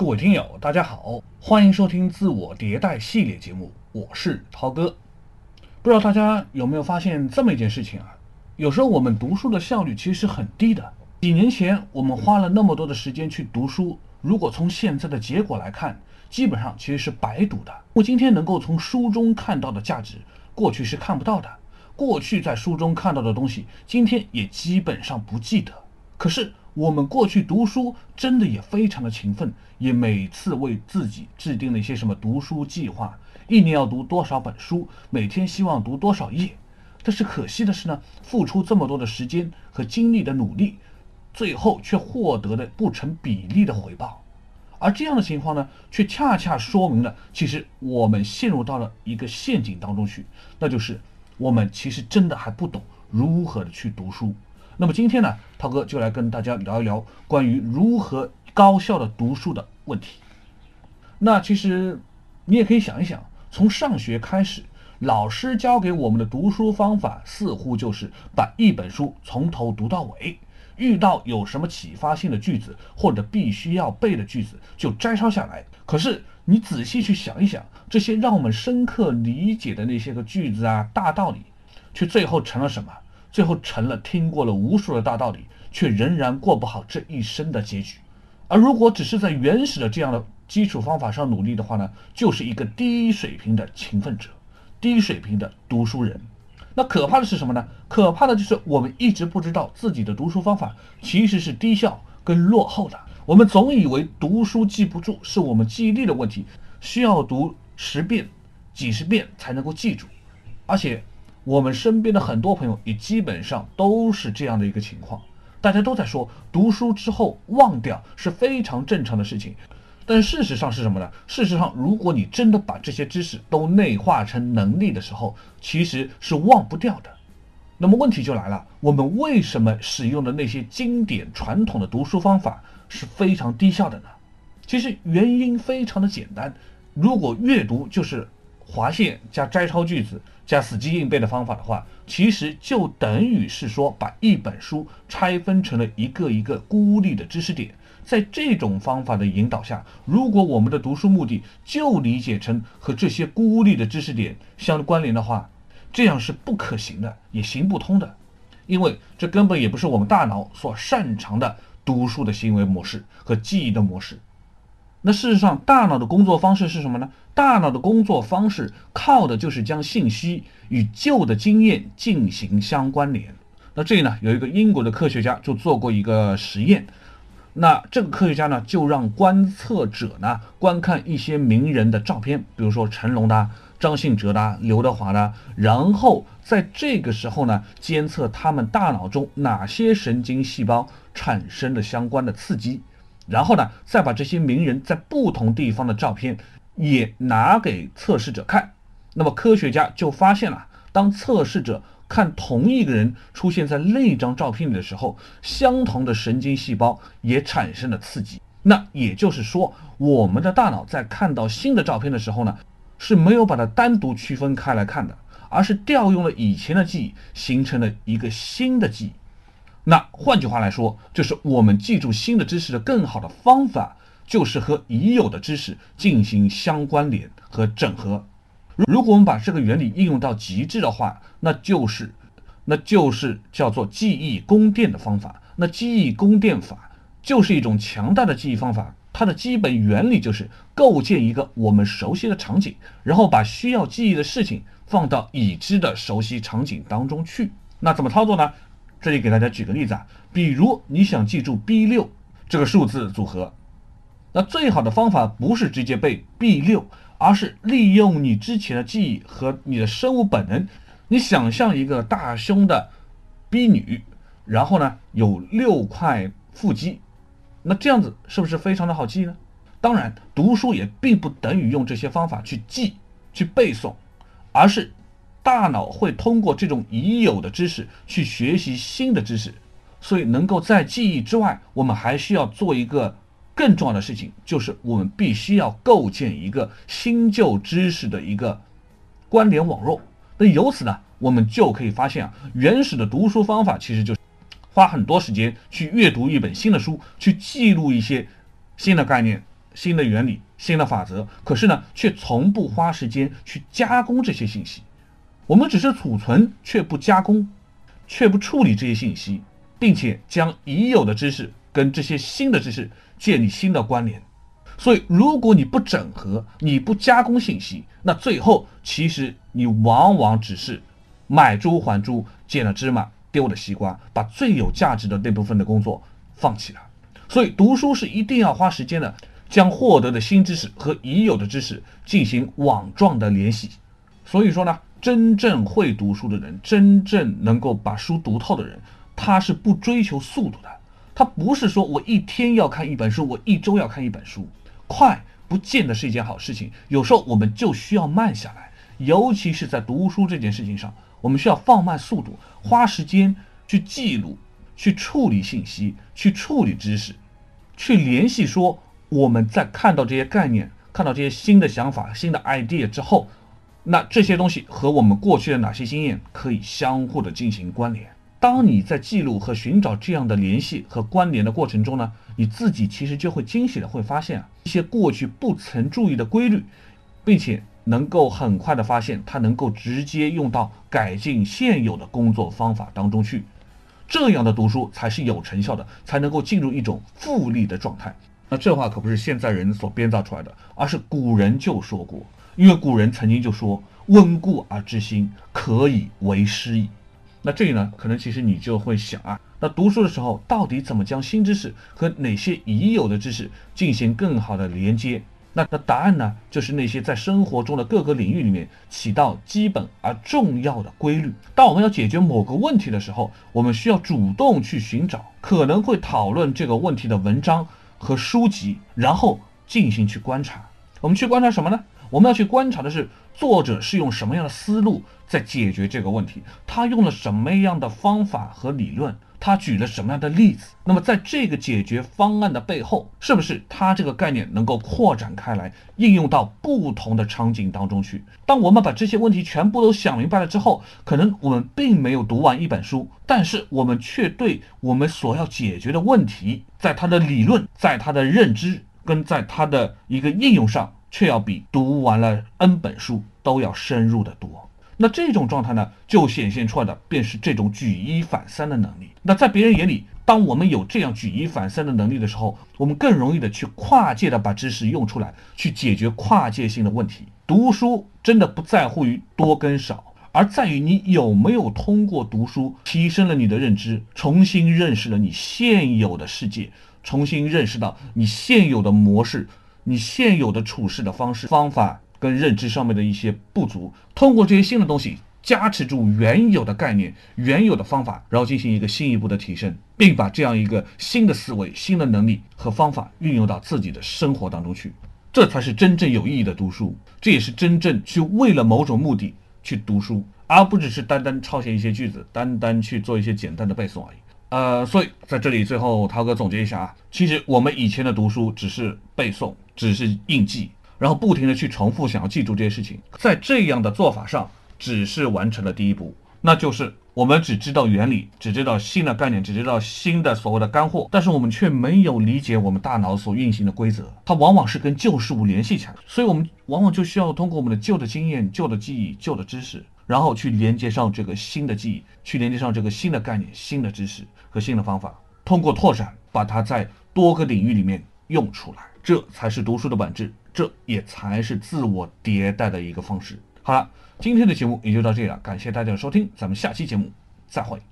各位听友，大家好，欢迎收听自我迭代系列节目，我是涛哥。不知道大家有没有发现这么一件事情啊？有时候我们读书的效率其实是很低的。几年前我们花了那么多的时间去读书，如果从现在的结果来看，基本上其实是白读的。我今天能够从书中看到的价值，过去是看不到的。过去在书中看到的东西，今天也基本上不记得。可是我们过去读书真的也非常的勤奋，也每次为自己制定了一些什么读书计划，一年要读多少本书，每天希望读多少页。但是可惜的是呢，付出这么多的时间和精力的努力，最后却获得了不成比例的回报。而这样的情况呢，却恰恰说明了，其实我们陷入到了一个陷阱当中去，那就是我们其实真的还不懂如何的去读书。那么今天呢，涛哥就来跟大家聊一聊关于如何高效的读书的问题。那其实你也可以想一想，从上学开始，老师教给我们的读书方法似乎就是把一本书从头读到尾，遇到有什么启发性的句子或者必须要背的句子就摘抄下来。可是你仔细去想一想，这些让我们深刻理解的那些个句子啊、大道理，却最后成了什么？最后成了听过了无数的大道理，却仍然过不好这一生的结局。而如果只是在原始的这样的基础方法上努力的话呢，就是一个低水平的勤奋者，低水平的读书人。那可怕的是什么呢？可怕的就是我们一直不知道自己的读书方法其实是低效跟落后的。我们总以为读书记不住是我们记忆力的问题，需要读10遍、几十遍才能够记住。而且我们身边的很多朋友也基本上都是这样的一个情况，大家都在说读书之后忘掉是非常正常的事情。但事实上是什么呢？事实上，如果你真的把这些知识都内化成能力的时候，其实是忘不掉的。那么问题就来了，我们为什么使用的那些经典传统的读书方法是非常低效的呢？其实原因非常的简单，如果阅读就是划线加摘抄句子加死记硬背的方法的话，其实就等于是说把一本书拆分成了一个一个孤立的知识点。在这种方法的引导下，如果我们的读书目的就理解成和这些孤立的知识点相关联的话，这样是不可行的，也行不通的。因为这根本也不是我们大脑所擅长的读书的行为模式和记忆的模式。那事实上，大脑的工作方式是什么呢？大脑的工作方式靠的就是将信息与旧的经验进行相关联。那这里呢，有一个英国的科学家就做过一个实验。那这个科学家呢，就让观测者呢观看一些名人的照片，比如说成龙的、张信哲的、刘德华的，然后在这个时候呢，监测他们大脑中哪些神经细胞产生了相关的刺激。然后呢，再把这些名人在不同地方的照片也拿给测试者看。那么科学家就发现了，当测试者看同一个人出现在另一张照片里的时候，相同的神经细胞也产生了刺激。那也就是说，我们的大脑在看到新的照片的时候呢，是没有把它单独区分开来看的，而是调用了以前的记忆，形成了一个新的记忆。那换句话来说，就是我们记住新的知识的更好的方法，就是和已有的知识进行相关联和整合。如果我们把这个原理应用到极致的话，那就是叫做记忆宫殿的方法。那记忆宫殿法就是一种强大的记忆方法，它的基本原理就是构建一个我们熟悉的场景，然后把需要记忆的事情放到已知的熟悉场景当中去。那怎么操作呢？这里给大家举个例子啊，比如你想记住 B6 这个数字组合，那最好的方法不是直接背 B6， 而是利用你之前的记忆和你的生物本能。你想象一个大胸的 B 女，然后呢有6块腹肌，那这样子是不是非常的好记呢？当然，读书也并不等于用这些方法去记、去背诵，而是大脑会通过这种已有的知识去学习新的知识。所以能够在记忆之外，我们还需要做一个更重要的事情，就是我们必须要构建一个新旧知识的一个关联网络。那由此呢，我们就可以发现啊，原始的读书方法其实就是花很多时间去阅读一本新的书，去记录一些新的概念， 新的原理、新的法则，可是呢，却从不花时间去加工这些信息。我们只是储存，却不加工，却不处理这些信息，并且将已有的知识跟这些新的知识建立新的关联。所以，如果你不整合，你不加工信息，那最后其实你往往只是买椟还珠，捡了芝麻丢了西瓜，把最有价值的那部分的工作放弃了。所以读书是一定要花时间的，将获得的新知识和已有的知识进行网状的联系。所以说呢，真正会读书的人，真正能够把书读透的人，他是不追求速度的。他不是说我一天要看一本书，我一周要看一本书，快不见得是一件好事情。有时候我们就需要慢下来，尤其是在读书这件事情上，我们需要放慢速度，花时间去记录，去处理信息，去处理知识，去联系说我们在看到这些概念，看到这些新的想法、新的 idea 之后，那这些东西和我们过去的哪些经验可以相互的进行关联。当你在记录和寻找这样的联系和关联的过程中呢，你自己其实就会惊喜的会发现一些过去不曾注意的规律，并且能够很快的发现它能够直接用到改进现有的工作方法当中去。这样的读书才是有成效的，才能够进入一种复利的状态。那这话可不是现在人所编造出来的，而是古人就说过，因为古人曾经就说温故而知新，可以为师矣。那这里呢，可能其实你就会想啊，那读书的时候到底怎么将新知识和哪些已有的知识进行更好的连接？那答案呢，就是那些在生活中的各个领域里面起到基本而重要的规律。当我们要解决某个问题的时候，我们需要主动去寻找可能会讨论这个问题的文章和书籍，然后进行去观察。我们去观察什么呢？我们要去观察的是作者是用什么样的思路在解决这个问题，他用了什么样的方法和理论，他举了什么样的例子。那么在这个解决方案的背后，是不是他这个概念能够扩展开来，应用到不同的场景当中去？当我们把这些问题全部都想明白了之后，可能我们并没有读完一本书，但是我们却对我们所要解决的问题，在他的理论，在他的认知跟在他的一个应用上，却要比读完了 N 本书都要深入的多。那这种状态呢，就显现出来的便是这种举一反三的能力。那在别人眼里，当我们有这样举一反三的能力的时候，我们更容易的去跨界的把知识用出来，去解决跨界性的问题。读书真的不在乎于多跟少，而在于你有没有通过读书提升了你的认知，重新认识了你现有的世界，重新认识到你现有的模式，你现有的处事的方式、方法跟认知上面的一些不足，通过这些新的东西加持住原有的概念、原有的方法，然后进行一个进一步的提升，并把这样一个新的思维、新的能力和方法运用到自己的生活当中去。这才是真正有意义的读书，这也是真正去为了某种目的去读书，而不只是单单抄写一些句子，单单去做一些简单的背诵而已。所以在这里最后涛哥总结一下啊，其实我们以前的读书只是背诵，只是印记，然后不停的去重复想要记住这些事情，在这样的做法上只是完成了第一步，那就是我们只知道原理，只知道新的概念，只知道新的所谓的干货，但是我们却没有理解我们大脑所运行的规则，它往往是跟旧事物联系起来，所以我们往往就需要通过我们的旧的经验、旧的记忆、旧的知识，然后去连接上这个新的记忆，去连接上这个新的概念、新的知识和新的方法，通过拓展把它在多个领域里面用出来，这才是读书的本质，这也才是自我迭代的一个方式。好了，今天的节目也就到这里了，感谢大家的收听，咱们下期节目再会。